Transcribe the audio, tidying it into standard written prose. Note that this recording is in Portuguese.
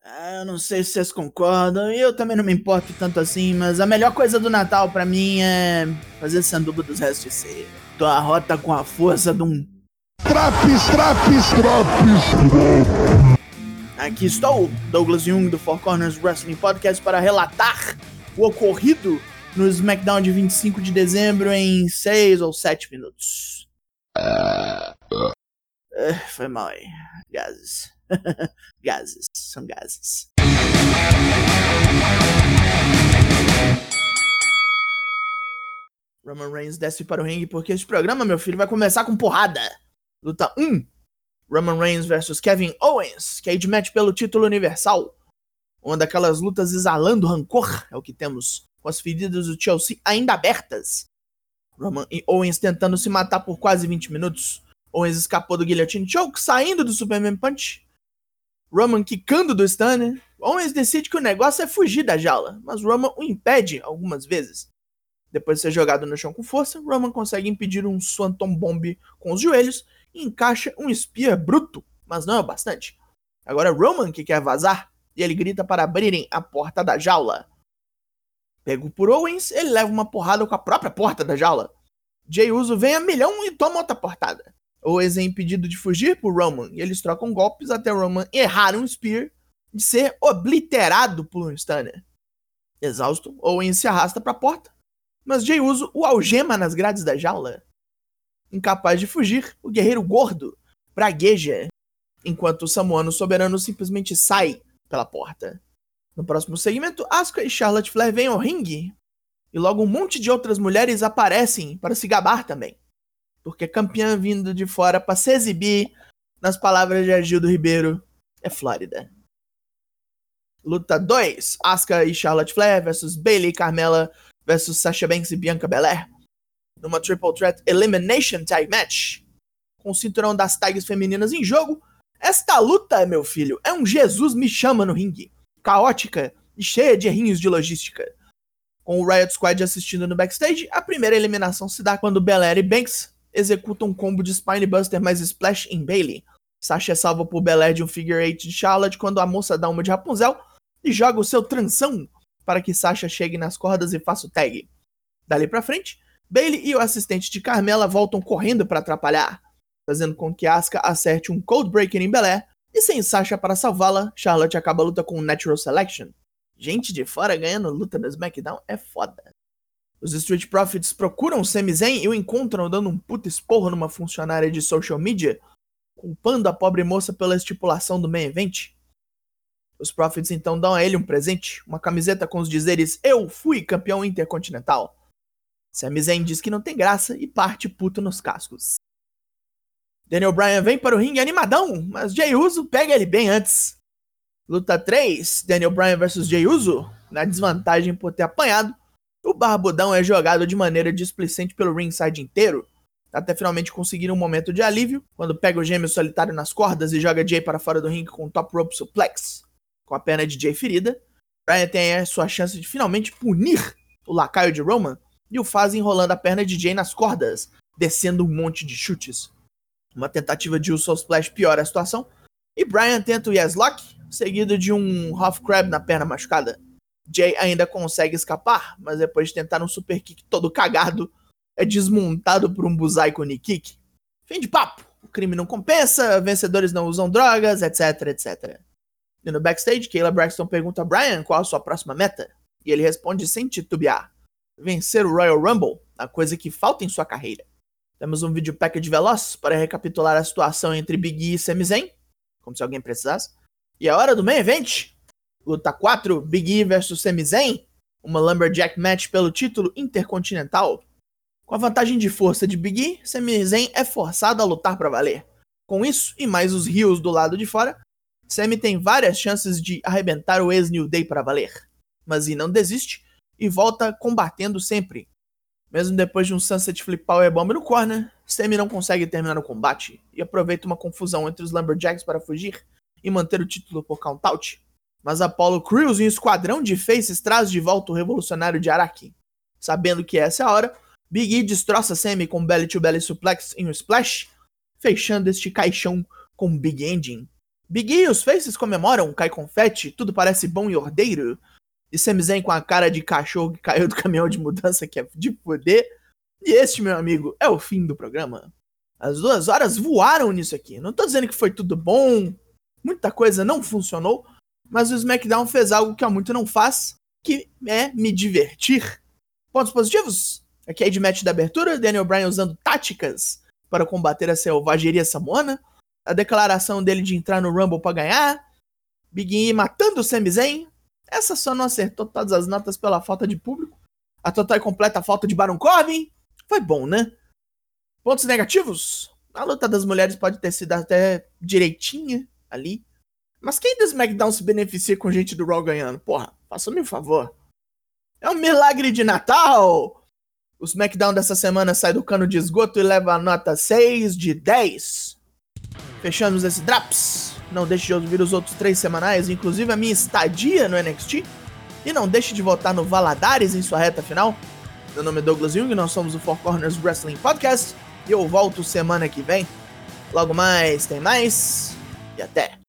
Eu não sei se vocês concordam, e eu também não me importo tanto assim, mas a melhor coisa do Natal pra mim é fazer sanduba dos restos de ceia. Tua rota com a força de um... Traps. Aqui estou, Douglas Jung, do Four Corners Wrestling Podcast, para relatar o ocorrido no SmackDown de 25 de dezembro em 6 ou 7 minutos. Foi mal aí. Gases. Gases. São gases. Roman Reigns desce para o ringue porque este programa, meu filho, vai começar com porrada. Luta 1. Roman Reigns vs Kevin Owens, cage match pelo título universal. Uma daquelas lutas exalando rancor, é o que temos, com as feridas do Chelsea ainda abertas. Roman e Owens tentando se matar por quase 20 minutos. Owens escapou do Guillotine Choke, saindo do Superman Punch. Roman quicando do Stunner. Owens decide que o negócio é fugir da jaula, mas Roman o impede algumas vezes. Depois de ser jogado no chão com força, Roman consegue impedir um Swanton Bomb com os joelhos e encaixa um Spear bruto, mas não é o bastante. Agora é Roman que quer vazar e ele grita para abrirem a porta da jaula. Pego por Owens, ele leva uma porrada com a própria porta da jaula. Jey Uso vem a milhão e toma outra portada. Owens é impedido de fugir por Roman e eles trocam golpes até Roman errar um Spear de ser obliterado por um Stunner. Exausto, Owens se arrasta para a porta, mas Jey Uso o algema nas grades da jaula. Incapaz de fugir, o guerreiro gordo pragueja, enquanto o samoano soberano simplesmente sai pela porta. No próximo segmento, Asuka e Charlotte Flair vêm ao ringue, e logo um monte de outras mulheres aparecem para se gabar também. Porque campeã vindo de fora para se exibir, nas palavras de Agildo Ribeiro, é Flórida. Luta 2, Asuka e Charlotte Flair versus Bayley e Carmella versus Sasha Banks e Bianca Belair. Numa Triple Threat Elimination Tag Match, com o cinturão das tags femininas em jogo. Esta luta, meu filho, é um Jesus me chama no ringue. Caótica e cheia de errinhos de logística. Com o Riot Squad assistindo no backstage, a primeira eliminação se dá quando Belair e Banks executam um combo de Spinebuster mais Splash em Bayley. Sasha é salva por Belair de um Figure 8 de Charlotte quando a moça dá uma de Rapunzel e joga o seu tranção para que Sasha chegue nas cordas e faça o tag. Dali pra frente, Bayley e o assistente de Carmella voltam correndo para atrapalhar, fazendo com que Asuka acerte um Codebreaker em Belair, e sem Sasha para salvá-la, Charlotte acaba a luta com um Natural Selection. Gente de fora ganhando luta no SmackDown é foda. Os Street Profits procuram o Sami Zayn e o encontram dando um puta esporro numa funcionária de social media, culpando a pobre moça pela estipulação do main event. Os Profits então dão a ele um presente, uma camiseta com os dizeres "Eu fui campeão intercontinental". Sami Zayn diz que não tem graça e parte puto nos cascos. Daniel Bryan vem para o ringue animadão, mas Jey Uso pega ele bem antes. Luta 3, Daniel Bryan vs Jey Uso. Na desvantagem por ter apanhado, o barbudão é jogado de maneira displicente pelo ringside inteiro, até finalmente conseguir um momento de alívio, quando pega o gêmeo solitário nas cordas e joga Jey para fora do ringue com um top rope suplex. Com a perna de Jey ferida, Bryan tem a sua chance de finalmente punir o lacaio de Roman, e o faz enrolando a perna de Jey nas cordas, descendo um monte de chutes. Uma tentativa de Uso Splash piora a situação, e Bryan tenta o Yes Lock, seguido de um Half Crab na perna machucada. Jey ainda consegue escapar, mas depois de tentar um Super Kick todo cagado, é desmontado por um Buzai com Knee Kick. Fim de papo, o crime não compensa, vencedores não usam drogas, etc, etc. E no backstage, Kayla Braxton pergunta a Bryan qual a sua próxima meta, e ele responde sem titubear: vencer o Royal Rumble, a coisa que falta em sua carreira. Temos um vídeo package veloz para recapitular a situação entre Big E e Sami Zayn, como se alguém precisasse. E a hora do main event, luta 4, Big E vs Sami Zayn, uma Lumberjack match pelo título intercontinental. Com a vantagem de força de Big E, Sami Zayn é forçado a lutar para valer. Com isso, e mais os heels do lado de fora, Sami tem várias chances de arrebentar o ex-New Day para valer. Mas E não desiste e volta combatendo sempre. Mesmo depois de um Sunset Flip Powerbomb no corner, Sami não consegue terminar o combate e aproveita uma confusão entre os Lumberjacks para fugir e manter o título por count-out. Mas Apollo Crews e um esquadrão de faces traz de volta o revolucionário de Araki. Sabendo que essa é a hora, Big E destroça Sami com belly-to-belly suplex em um splash, fechando este caixão com Big Engine. Big E e os Faces comemoram, cai confete, tudo parece bom e ordeiro. E Sami Zayn com a cara de cachorro que caiu do caminhão de mudança, que é de poder. E este, meu amigo, é o fim do programa. As 2 horas voaram nisso aqui. Não tô dizendo que foi tudo bom, muita coisa não funcionou, mas o SmackDown fez algo que há muito não faz, que é me divertir. Pontos positivos? A cage match da abertura, Daniel Bryan usando táticas para combater a selvageria samoana, a declaração dele de entrar no Rumble para ganhar, Big E matando o Sami Zayn. Essa só não acertou todas as notas pela falta de público, a total e completa falta de Baron Corbin. Foi bom, né? Pontos negativos? A luta das mulheres pode ter sido até direitinha ali, mas quem do SmackDown se beneficia com gente do Raw ganhando? Porra, faça-me um favor. É um milagre de Natal! O SmackDown dessa semana sai do cano de esgoto e leva a nota 6 de 10. Fechamos esse Drops. Não deixe de ouvir os outros 3 semanais, inclusive a minha estadia no NXT. E não deixe de votar no Valadares em sua reta final. Meu nome é Douglas Jung, nós somos o Four Corners Wrestling Podcast. E eu volto semana que vem. Logo mais, tem mais. E até!